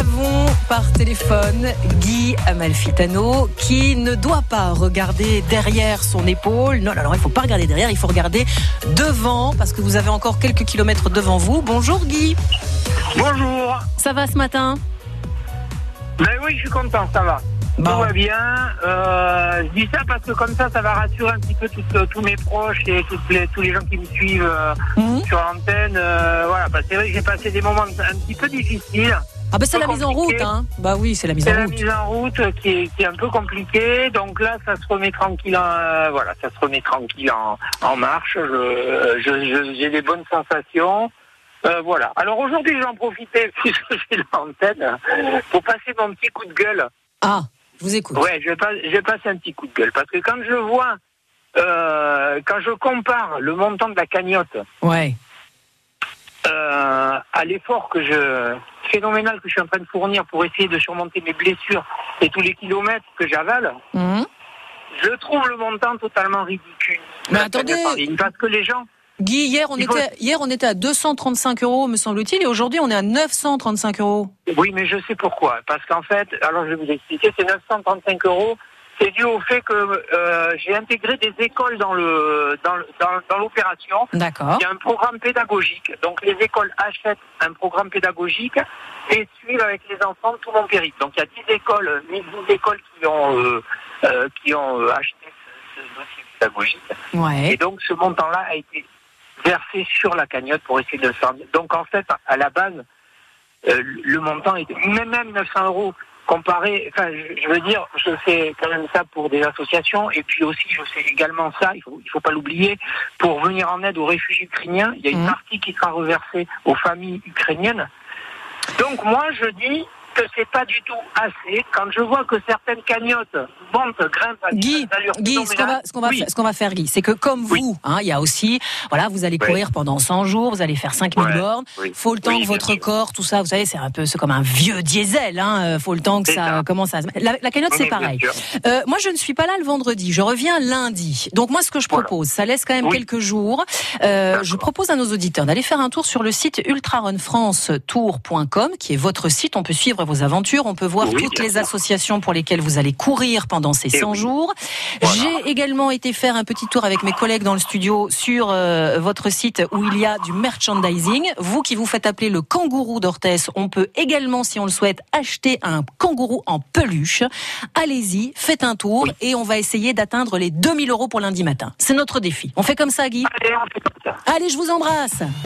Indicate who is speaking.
Speaker 1: avons par téléphone Guy Amalfitano qui ne doit pas regarder derrière son épaule. Non, alors il ne faut pas regarder derrière, il faut regarder devant parce que vous avez encore quelques kilomètres devant vous. Bonjour Guy.
Speaker 2: Bonjour.
Speaker 1: Ça va ce matin ?
Speaker 2: Ben oui, je suis content, ça va.
Speaker 1: Bon.
Speaker 2: Tout va bien. Je dis ça parce que comme ça va rassurer un petit peu tous mes proches et tous les gens qui me suivent sur l'antenne. Voilà, parce que c'est vrai que j'ai passé des moments un petit peu difficiles.
Speaker 1: Ah ben c'est la mise en route, hein. Bah oui, c'est la mise en route.
Speaker 2: C'est la mise en route qui est un peu compliquée. Donc là, ça se remet tranquille. Ça se remet tranquille en marche. J'ai des bonnes sensations. Voilà. Alors aujourd'hui, j'en profitais puisque j'ai l'antenne pour passer mon petit coup de gueule.
Speaker 1: Ah, je vous écoute.
Speaker 2: Ouais, je vais passer un petit coup de gueule parce que quand je vois, quand je compare le montant de la cagnotte,
Speaker 1: ouais,
Speaker 2: à l'effort phénoménal que je suis en train de fournir pour essayer de surmonter mes blessures et tous les kilomètres que j'avale, je trouve le montant totalement ridicule.
Speaker 1: Mais attendez,
Speaker 2: parce que les gens.
Speaker 1: Guy, hier on était à 235 €, me semble-t-il, et aujourd'hui on est à 935 €.
Speaker 2: Oui, mais je sais pourquoi. Parce qu'en fait, alors je vais vous expliquer, c'est 935 €. C'est dû au fait que j'ai intégré des écoles dans l'opération.
Speaker 1: D'accord.
Speaker 2: Il y a un programme pédagogique. Donc les écoles achètent un programme pédagogique et suivent avec les enfants tout mon périple. Donc il y a 10 écoles qui ont acheté ce dossier pédagogique. Ouais. Et donc ce montant-là a été versé sur la cagnotte pour essayer de le faire. Donc en fait, à la base, le montant était même 900 € comparé. Enfin, je veux dire, je fais quand même ça pour des associations et puis aussi je fais également ça. Il faut pas l'oublier pour venir en aide aux réfugiés ukrainiens. Il y a une partie qui sera reversée aux familles ukrainiennes. Donc moi, je dis que c'est pas du tout assez. Quand je vois que certaines cagnottes grimpent à
Speaker 1: Guy, ce qu'on va faire, Guy, c'est que comme vous, il y a aussi, voilà, vous allez courir pendant 100 jours, vous allez faire 5000 bornes. Faut le temps que votre corps, tout ça, vous savez, c'est comme un vieux diesel. Faut le temps que ça commence à. La cagnotte, c'est pareil. Moi, je ne suis pas là le vendredi. Je reviens lundi. Donc moi, ce que je propose, ça laisse quand même quelques jours. Je propose à nos auditeurs d'aller faire un tour sur le site ultrarunfrancetour.com, qui est votre site. On peut suivre vos aventures, on peut voir toutes les associations pour lesquelles vous allez courir pendant ces 100 jours. Voilà. J'ai également été faire un petit tour avec mes collègues dans le studio sur votre site où il y a du merchandising. Vous qui vous faites appeler le kangourou d'Orthès, on peut également, si on le souhaite, acheter un kangourou en peluche. Allez-y, faites un tour et on va essayer d'atteindre les 2000 € pour lundi matin. C'est notre défi. On fait comme ça, Guy ?
Speaker 2: Allez, on fait comme ça.
Speaker 1: Allez, je vous embrasse.